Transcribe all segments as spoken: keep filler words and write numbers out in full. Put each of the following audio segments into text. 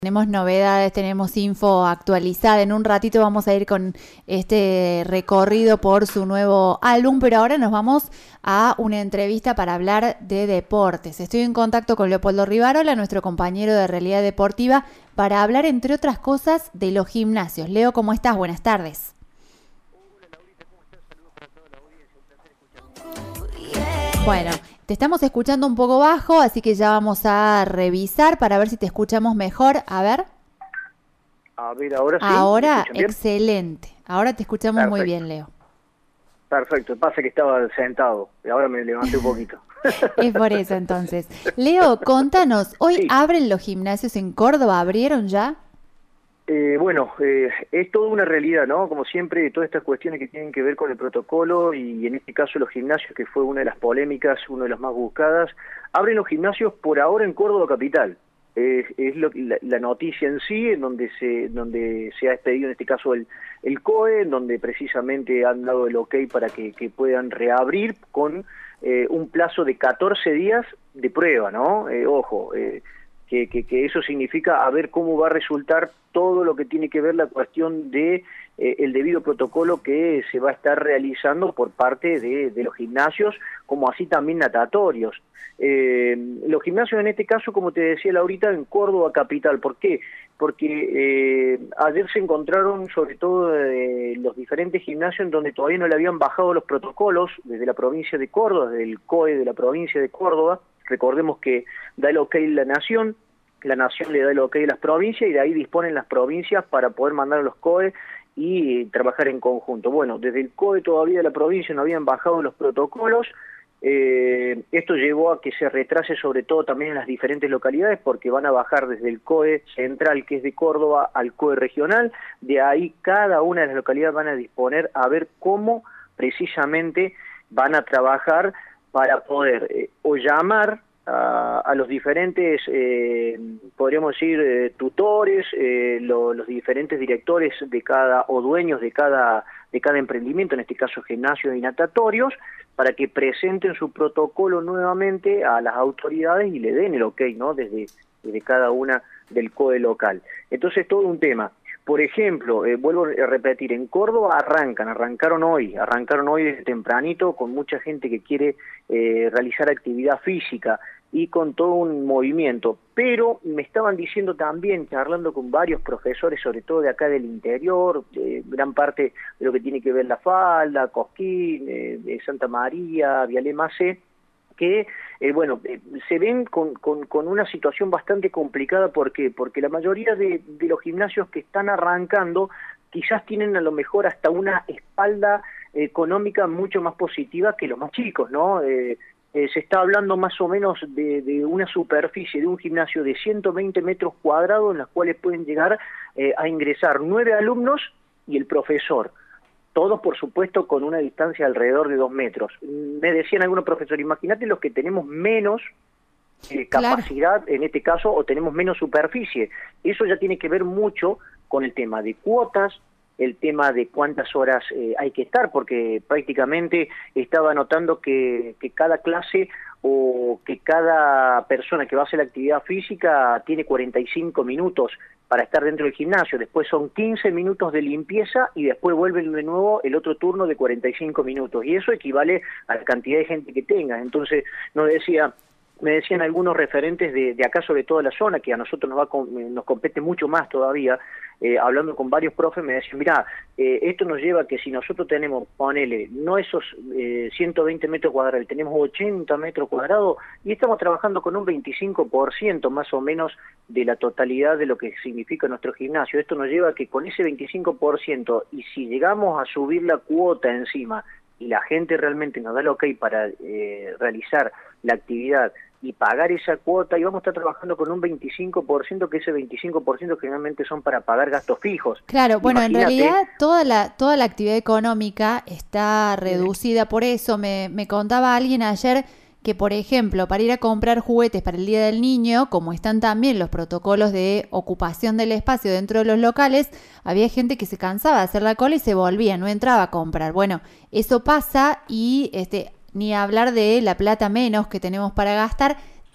Tenemos novedades, tenemos info actualizada. En un ratito vamos a ir con este recorrido por su nuevo álbum, pero ahora nos vamos a una entrevista para hablar de deportes. Estoy en contacto con Leopoldo Rivarola, nuestro compañero de Realidad Deportiva, para hablar, entre otras cosas, de los gimnasios. Leo, ¿cómo estás? Buenas tardes. Bueno, te estamos escuchando un poco bajo, así que ya vamos a revisar para ver si te escuchamos mejor. A ver. A ver, ahora sí. Ahora, excelente. Ahora te escuchamos Perfecto. Muy bien, Leo. Perfecto. Pasa que estaba sentado y ahora me levanté un poquito. Es por eso, entonces. Leo, contanos, ¿hoy sí. abren los gimnasios en Córdoba? ¿Abrieron ya? Eh, bueno, eh, es toda una realidad, ¿no? Como siempre, todas estas cuestiones que tienen que ver con el protocolo y en este caso los gimnasios, que fue una de las polémicas, una de las más buscadas, abren los gimnasios por ahora en Córdoba capital. Eh, es lo, la, la noticia en sí, en donde se donde se ha expedido en este caso el, el C O E, en donde precisamente han dado el ok para que, que puedan reabrir con eh, un plazo de catorce días de prueba, ¿no? Eh, ojo, eh, Que, que, que eso significa a ver cómo va a resultar todo lo que tiene que ver la cuestión de eh, el debido protocolo que se va a estar realizando por parte de, de los gimnasios, como así también natatorios. Eh, los gimnasios en este caso, como te decía Laurita, en Córdoba capital. ¿Por qué? Porque eh, ayer se encontraron sobre todo eh, los diferentes gimnasios en donde todavía no le habían bajado los protocolos desde la provincia de Córdoba, desde el C O E de la provincia de Córdoba. Recordemos que da el ok la nación, la nación le da el ok a las provincias y de ahí disponen las provincias para poder mandar a los C O E y trabajar en conjunto. Bueno, desde el C O E todavía de la provincia no habían bajado los protocolos. Eh, esto llevó a que se retrase sobre todo también en las diferentes localidades porque van a bajar desde el C O E central, que es de Córdoba, al C O E regional. De ahí cada una de las localidades van a disponer a ver cómo precisamente van a trabajar para poder eh, o llamar a, a los diferentes, eh, podríamos decir, eh, tutores, eh, lo, los diferentes directores de cada, o dueños de cada, de cada emprendimiento, en este caso gimnasios y natatorios, para que presenten su protocolo nuevamente a las autoridades y le den el ok, ¿no? Desde, desde cada una del C O E local. Entonces, todo un tema. Por ejemplo, eh, vuelvo a repetir, en Córdoba arrancan, arrancaron hoy, arrancaron hoy desde tempranito con mucha gente que quiere eh, realizar actividad física y con todo un movimiento, pero me estaban diciendo también, charlando con varios profesores, sobre todo de acá del interior, de gran parte de lo que tiene que ver La Falda, Cosquín, eh, de Santa María, Vialé Macé, que, eh, bueno, eh, se ven con, con, con una situación bastante complicada. ¿Por qué? Porque la mayoría de, de los gimnasios que están arrancando quizás tienen a lo mejor hasta una espalda económica mucho más positiva que los más chicos, ¿no? Eh, eh, se está hablando más o menos de, de una superficie de un gimnasio de ciento veinte metros cuadrados en las cuales pueden llegar eh, a ingresar nueve alumnos y el profesor. Todos, por supuesto, con una distancia alrededor de dos metros. Me decían algunos profesores, imagínate los que tenemos menos eh, capacidad, claro, en este caso, o tenemos menos superficie. Eso ya tiene que ver mucho con el tema de cuotas, el tema de cuántas horas eh, hay que estar, porque prácticamente estaba notando que, que cada clase o que cada persona que va a hacer la actividad física tiene cuarenta y cinco minutos para estar dentro del gimnasio, después son quince minutos de limpieza y después vuelven de nuevo el otro turno de cuarenta y cinco minutos, y eso equivale a la cantidad de gente que tenga. Entonces nos decía, me decían algunos referentes de, de acá, sobre todo de la zona, que a nosotros nos va nos compete mucho más todavía, eh, hablando con varios profes, me decían, mirá, eh, esto nos lleva a que si nosotros tenemos, ponele, no esos eh, ciento veinte metros cuadrados, tenemos ochenta metros cuadrados, y estamos trabajando con un veinticinco por ciento más o menos de la totalidad de lo que significa nuestro gimnasio. Esto nos lleva a que con ese veinticinco por ciento, y si llegamos a subir la cuota encima, y la gente realmente nos da el ok para eh, realizar la actividad y pagar esa cuota, y vamos a estar trabajando con un veinticinco por ciento, que ese veinticinco por ciento generalmente son para pagar gastos fijos. Claro, bueno, Imagínate, en realidad toda la toda la actividad económica está reducida por eso. Me, me contaba alguien ayer que, por ejemplo, para ir a comprar juguetes para el Día del Niño, como están también los protocolos de ocupación del espacio dentro de los locales, había gente que se cansaba de hacer la cola y se volvía, no entraba a comprar. Bueno, eso pasa y este ni hablar de la plata menos que tenemos para gastar.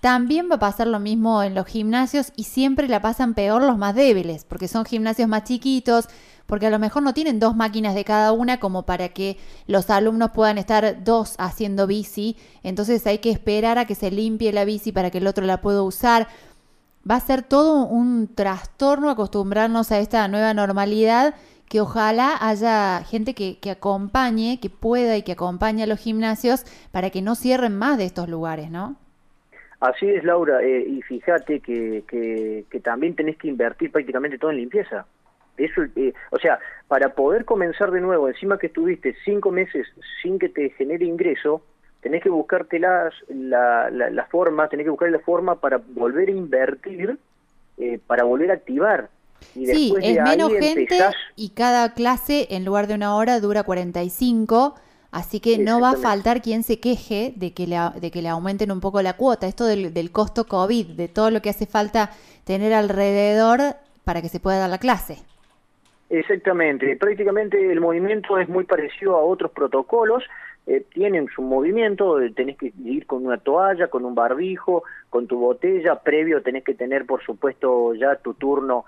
también va a pasar lo mismo en los gimnasios y siempre la pasan peor los más débiles, porque son gimnasios más chiquitos, porque a lo mejor no tienen dos máquinas de cada una como para que los alumnos puedan estar dos haciendo bici, entonces hay que esperar a que se limpie la bici para que el otro la pueda usar. Va a ser todo un trastorno acostumbrarnos a esta nueva normalidad, que ojalá haya gente que, que acompañe, que pueda y que acompañe a los gimnasios para que no cierren más de estos lugares, ¿no? Así es, Laura, eh, y fíjate que, que, que también tenés que invertir prácticamente todo en limpieza. Eso, eh, o sea, para poder comenzar de nuevo, encima que estuviste cinco meses sin que te genere ingreso, tenés que buscarte las, la, la, la forma, tenés que buscar la forma para volver a invertir, eh, para volver a activar. Y sí, después es de menos ahí gente empezás... y cada clase en lugar de una hora dura cuarenta y cinco, así que no va a faltar quien se queje de que le, de que le aumenten un poco la cuota. Esto del, del costo COVID, de todo lo que hace falta tener alrededor para que se pueda dar la clase. Exactamente, prácticamente el movimiento es muy parecido a otros protocolos, eh, tienen su movimiento, eh, tenés que ir con una toalla, con un barbijo, con tu botella, previo tenés que tener por supuesto ya tu turno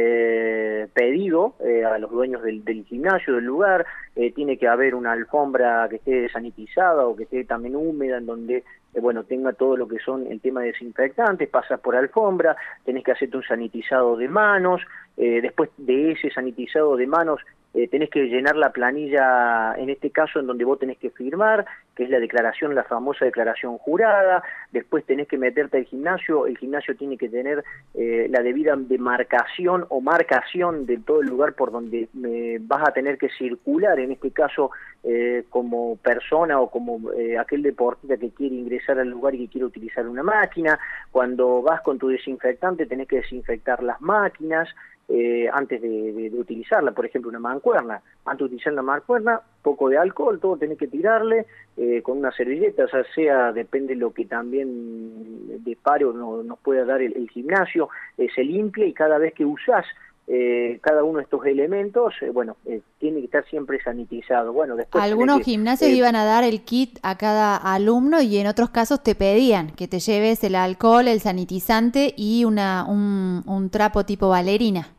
eh, pedido eh, a los dueños del, del gimnasio, del lugar, eh, tiene que haber una alfombra que esté sanitizada o que esté también húmeda en donde eh, bueno, tenga todo lo que son el tema de desinfectantes, pasas por alfombra, tenés que hacerte un sanitizado de manos, eh, después de ese sanitizado de manos eh, tenés que llenar la planilla, en este caso en donde vos tenés que firmar, que es la declaración, la famosa declaración jurada, después tenés que meterte al gimnasio, el gimnasio tiene que tener eh, la debida demarcación o marcación de todo el lugar por donde eh, vas a tener que circular, en este caso eh, como persona o como eh, aquel deportista que quiere ingresar al lugar y que quiere utilizar una máquina. Cuando vas con tu desinfectante tenés que desinfectar las máquinas, Eh, antes de, de, de utilizarla, por ejemplo una mancuerna, antes de utilizar la mancuerna, poco de alcohol, todo tenés que tirarle eh, con una servilleta, o sea, sea, depende de lo que también de paro no, nos pueda dar el, el gimnasio, eh, se limpia y cada vez que usás eh, cada uno de estos elementos, eh, bueno, eh, tiene que estar siempre sanitizado. Bueno, después algunos que, gimnasios eh, iban a dar el kit a cada alumno y en otros casos te pedían que te lleves el alcohol, el sanitizante y una un, un trapo tipo bailarina.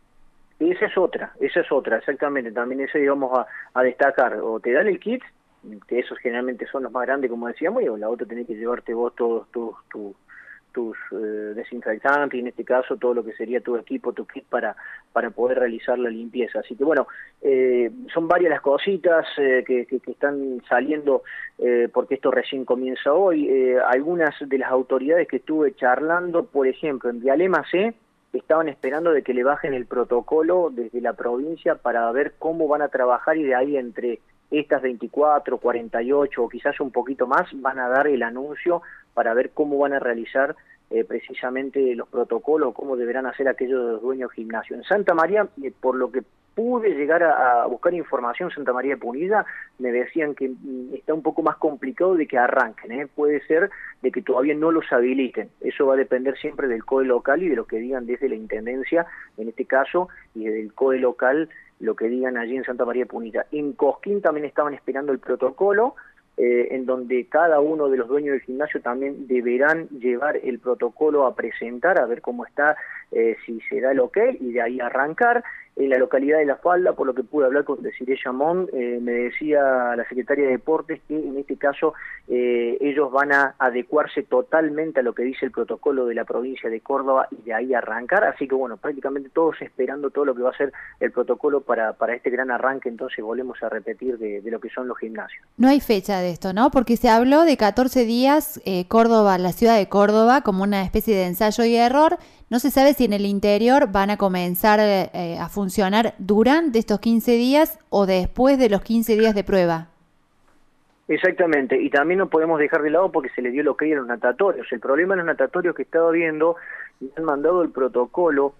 Esa es otra, esa es otra, exactamente, también eso íbamos a, a destacar, o te dan el kit, que esos generalmente son los más grandes como decíamos, y o la otra tenés que llevarte vos todos tus, tus, tus eh, desinfectantes, y en este caso todo lo que sería tu equipo, tu kit para, para poder realizar la limpieza. Así que bueno, eh, son varias las cositas eh, que, que, que están saliendo eh, porque esto recién comienza hoy. Eh, algunas de las autoridades que estuve charlando, por ejemplo, en Dialema C, estaban esperando de que le bajen el protocolo desde la provincia para ver cómo van a trabajar y de ahí entre estas veinticuatro, cuarenta y ocho o quizás un poquito más van a dar el anuncio para ver cómo van a realizar eh, precisamente los protocolos, cómo deberán hacer aquellos de los dueños de gimnasio. En Santa María, eh, por lo que pude llegar a, a buscar información, Santa María de Punilla, me decían que mm, está un poco más complicado de que arranquen, ¿eh? Puede ser de que todavía no los habiliten, eso va a depender siempre del C O E local y de lo que digan desde la Intendencia, en este caso, y del C O E local, lo que digan allí en Santa María de Punilla. En Cosquín también estaban esperando el protocolo, eh, en donde cada uno de los dueños del gimnasio también deberán llevar el protocolo a presentar, a ver cómo está, eh, si se da el ok, y de ahí arrancar. En la localidad de La Falda, por lo que pude hablar con Desiree Chamón, eh, me decía la secretaria de Deportes que en este caso eh, ellos van a adecuarse totalmente a lo que dice el protocolo de la provincia de Córdoba y de ahí arrancar, así que bueno, prácticamente todos esperando todo lo que va a ser el protocolo para, para este gran arranque, entonces volvemos a repetir de, de lo que son los gimnasios. No hay fecha de esto, ¿no? Porque se habló de catorce días eh, Córdoba, la ciudad de Córdoba, como una especie de ensayo y error. No se sabe si en el interior van a comenzar eh, a funcionar durante estos quince días o después de los quince días de prueba. Exactamente, y también no podemos dejar de lado porque se le dio lo que hay a los natatorios. El problema en los natatorios que estaba viendo, me han mandado el protocolo,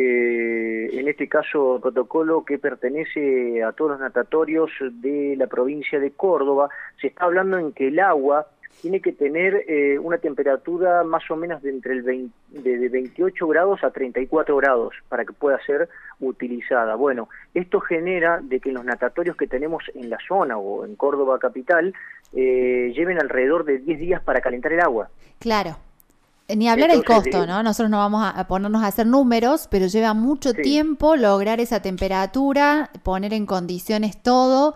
eh, en este caso el protocolo que pertenece a todos los natatorios de la provincia de Córdoba. Se está hablando en que el agua tiene que tener eh, una temperatura más o menos de entre el veinte, de, de veintiocho grados a treinta y cuatro grados para que pueda ser utilizada. Bueno, esto genera de que en los natatorios que tenemos en la zona o en Córdoba capital eh, lleven alrededor de diez días para calentar el agua. Claro. Ni hablar el Entonces, costo, eh, ¿no? Nosotros no vamos a, a ponernos a hacer números, pero lleva mucho sí. tiempo lograr esa temperatura, poner en condiciones todo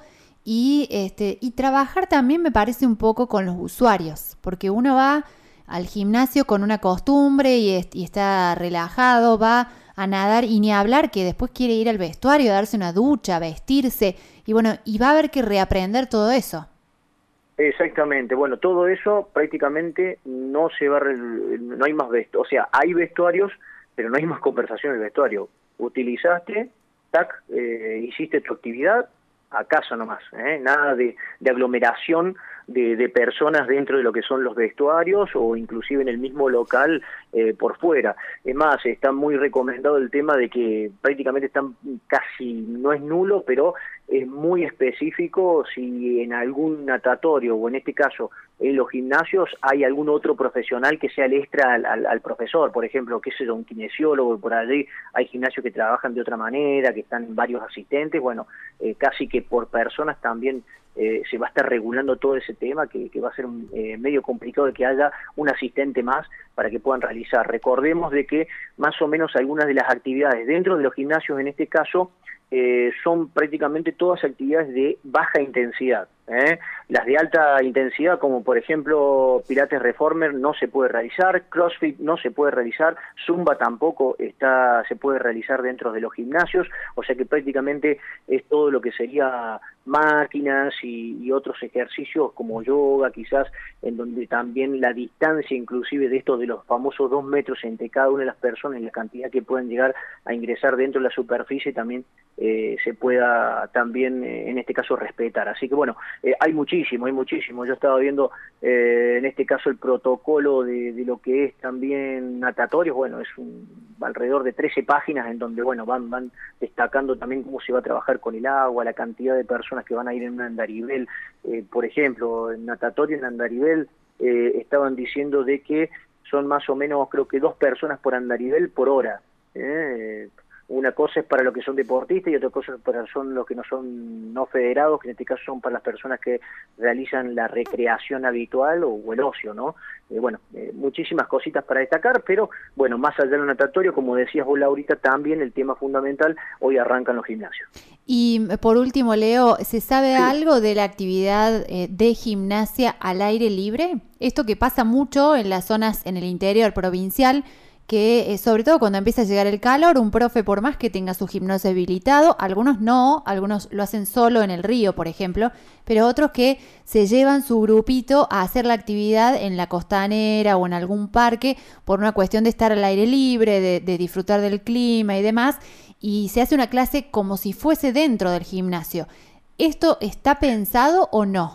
y este y trabajar también me parece un poco con los usuarios, porque uno va al gimnasio con una costumbre y, est- y está relajado, va a nadar y ni hablar que después quiere ir al vestuario, darse una ducha, vestirse y bueno, y va a haber que reaprender todo eso. Exactamente, bueno, todo eso prácticamente no se va, a re- no hay más vestuarios, o sea, hay vestuarios, pero no hay más conversación en el vestuario. Utilizaste, tac, eh, hiciste tu actividad, a casa nomás, ¿eh? Nada de, de aglomeración de, de personas dentro de lo que son los vestuarios o inclusive en el mismo local eh, por fuera. Es más, está muy recomendado el tema de que prácticamente están casi, no es nulo, pero es muy específico si en algún natatorio o en este caso en los gimnasios hay algún otro profesional que sea el extra al, al, al profesor, por ejemplo, qué sé yo, un kinesiólogo, por allí hay gimnasios que trabajan de otra manera, que están varios asistentes, bueno, eh, casi que por personas también eh, se va a estar regulando todo ese tema, que, que va a ser un, eh, medio complicado de que haya un asistente más para que puedan realizar. Recordemos de que más o menos algunas de las actividades dentro de los gimnasios, en este caso, eh, son prácticamente todas actividades de baja intensidad. ¿eh? Las de alta intensidad, como por ejemplo Pilates Reformer, no se puede realizar, CrossFit no se puede realizar, Zumba tampoco está, se puede realizar dentro de los gimnasios, o sea que prácticamente es todo lo que sería máquinas y, y otros ejercicios como yoga, quizás, en donde también la distancia inclusive de estos de los famosos dos metros entre cada una de las personas y la cantidad que pueden llegar a ingresar dentro de la superficie también eh, se pueda también eh, en este caso respetar. Así que bueno, eh, hay muchísimo, hay muchísimo. Yo estaba viendo eh, en este caso el protocolo de, de lo que es también natatorios, bueno, es un, alrededor de trece páginas en donde bueno van, van destacando también cómo se va a trabajar con el agua, la cantidad de personas que van a ir en un andarivel, eh, por ejemplo, en natatorio en andarivel eh, estaban diciendo de que son más o menos creo que dos personas por andarivel por hora. ¿eh? Una cosa es para los que son deportistas y otra cosa es para son los que no son no federados, que en este caso son para las personas que realizan la recreación habitual o, o el ocio, ¿no? Eh, bueno, eh, muchísimas cositas para destacar, pero bueno, más allá del natatorio, como decías vos, Laurita, también el tema fundamental, hoy arrancan los gimnasios. Y por último, Leo, ¿se sabe Sí. algo de la actividad eh, de gimnasia al aire libre? Esto que pasa mucho en las zonas en el interior provincial, que eh, sobre todo cuando empieza a llegar el calor, un profe por más que tenga su gimnasio habilitado, algunos no, algunos lo hacen solo en el río, por ejemplo, pero otros que se llevan su grupito a hacer la actividad en la costanera o en algún parque por una cuestión de estar al aire libre, de, de disfrutar del clima y demás, y se hace una clase como si fuese dentro del gimnasio. ¿Esto está pensado o no?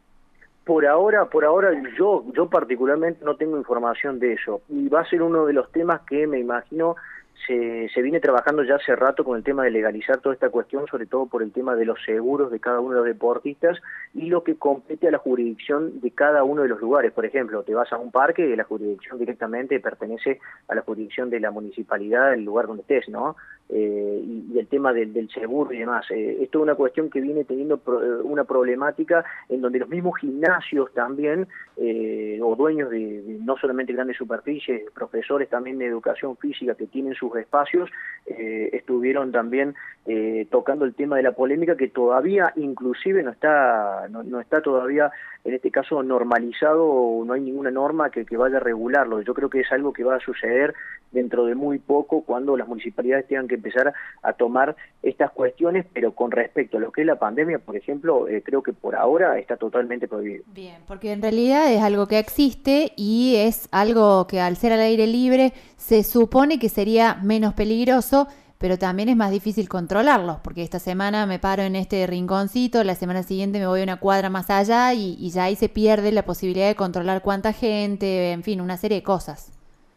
Por ahora, por ahora yo, yo particularmente no tengo información de eso y va a ser uno de los temas que me imagino se, se viene trabajando ya hace rato con el tema de legalizar toda esta cuestión, sobre todo por el tema de los seguros de cada uno de los deportistas y lo que compete a la jurisdicción de cada uno de los lugares. Por ejemplo, te vas a un parque y la jurisdicción directamente pertenece a la jurisdicción de la municipalidad del lugar donde estés, ¿no? Eh, y, y el tema del, del seguro y demás. Eh, esto es una cuestión que viene teniendo pro, una problemática en donde los mismos gimnasios también, eh, o dueños de, de no solamente grandes superficies, profesores también de educación física que tienen sus espacios, eh, estuvieron también eh, tocando el tema de la polémica que todavía inclusive no está, no, no está todavía en este caso normalizado, o no hay ninguna norma que, que vaya a regularlo. Yo creo que es algo que va a suceder dentro de muy poco cuando las municipalidades tengan que empezar a tomar estas cuestiones, pero con respecto a lo que es la pandemia, por ejemplo, eh, creo que por ahora está totalmente prohibido. Bien, porque en realidad es algo que existe y es algo que al ser al aire libre se supone que sería menos peligroso, pero también es más difícil controlarlo, porque esta semana me paro en este rinconcito, la semana siguiente me voy a una cuadra más allá y, y ya ahí se pierde la posibilidad de controlar cuánta gente, en fin, una serie de cosas.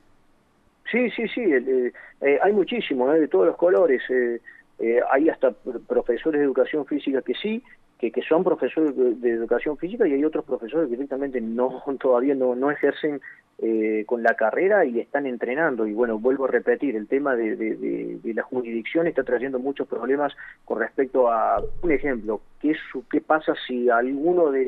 Sí, sí, sí, eh, eh, hay muchísimo, eh, de todos los colores. Eh, eh, hay hasta profesores de educación física que sí, que, que son profesores de, de educación física, y hay otros profesores que directamente no todavía no, no ejercen eh, con la carrera y están entrenando. Y bueno, vuelvo a repetir, el tema de, de, de, de la jurisdicción está trayendo muchos problemas con respecto a, un ejemplo, ¿qué, es, qué pasa si alguno de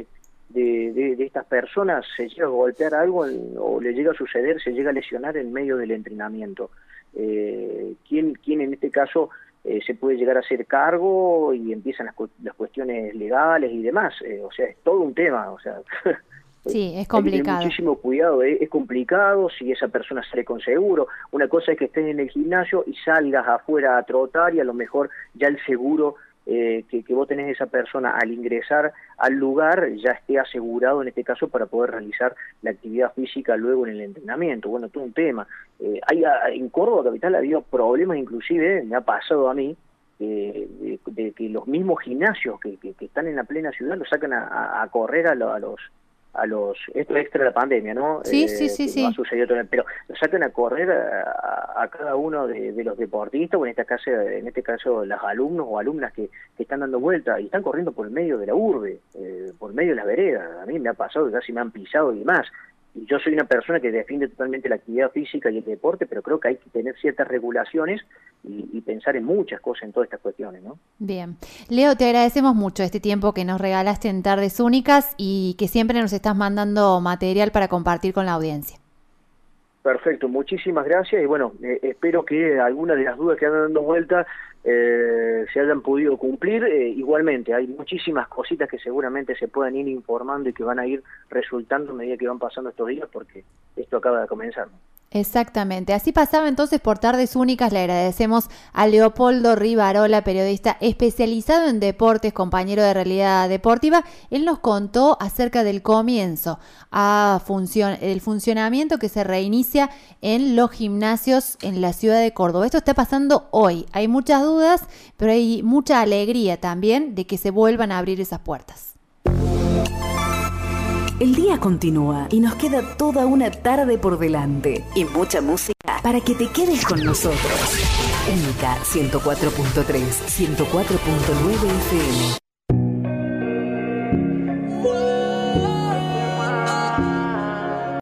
de, de, de estas personas se llega a golpear algo en, o le llega a suceder, se llega a lesionar en medio del entrenamiento. Eh, ¿quién, ¿Quién en este caso eh, se puede llegar a hacer cargo y empiezan las, cu las cuestiones legales y demás? Eh, o sea, es todo un tema, o sea... Sí, es complicado. Hay que tener muchísimo cuidado, ¿eh? Es complicado si esa persona sale con seguro. Una cosa es que estés en el gimnasio y salgas afuera a trotar y a lo mejor ya el seguro eh, que, que vos tenés de esa persona al ingresar al lugar ya esté asegurado en este caso para poder realizar la actividad física luego en el entrenamiento. Bueno, todo un tema. Eh, hay, en Córdoba capital ha habido problemas, inclusive, me ha pasado a mí, eh, de, de que los mismos gimnasios que, que, que están en la plena ciudad los sacan a, a, a correr a, lo, a los... a los esto extra de la pandemia, ¿no? Sí, eh, sí, sí, sí. No ha sucedido todavía, pero lo sacan a correr a, a cada uno de, de los deportistas, o en este caso, en este caso los alumnos o alumnas que, que están dando vuelta y están corriendo por el medio de la urbe, eh, por el medio de las veredas. A mí me ha pasado que casi me han pisado y demás. Y yo soy una persona que defiende totalmente la actividad física y el deporte, pero creo que hay que tener ciertas regulaciones y, y pensar en muchas cosas en todas estas cuestiones, ¿no? Bien. Leo, te agradecemos mucho este tiempo que nos regalaste en Tardes Únicas y que siempre nos estás mandando material para compartir con la audiencia. Perfecto, muchísimas gracias y bueno, eh, espero que algunas de las dudas que andan dando vuelta eh, se hayan podido cumplir. Eh, igualmente, hay muchísimas cositas que seguramente se pueden ir informando y que van a ir resultando a medida que van pasando estos días porque esto acaba de comenzar. Exactamente. Así pasaba entonces por Tardes Únicas. Le agradecemos a Leopoldo Rivarola, periodista especializado en deportes, compañero de Realidad Deportiva. Él nos contó acerca del comienzo, a funcion el funcionamiento que se reinicia en los gimnasios en la ciudad de Córdoba. Esto está pasando hoy. Hay muchas dudas, pero hay mucha alegría también de que se vuelvan a abrir esas puertas. El día continúa y nos queda toda una tarde por delante y mucha música para que te quedes con nosotros. Única ciento cuatro punto tres, ciento cuatro punto nueve F M.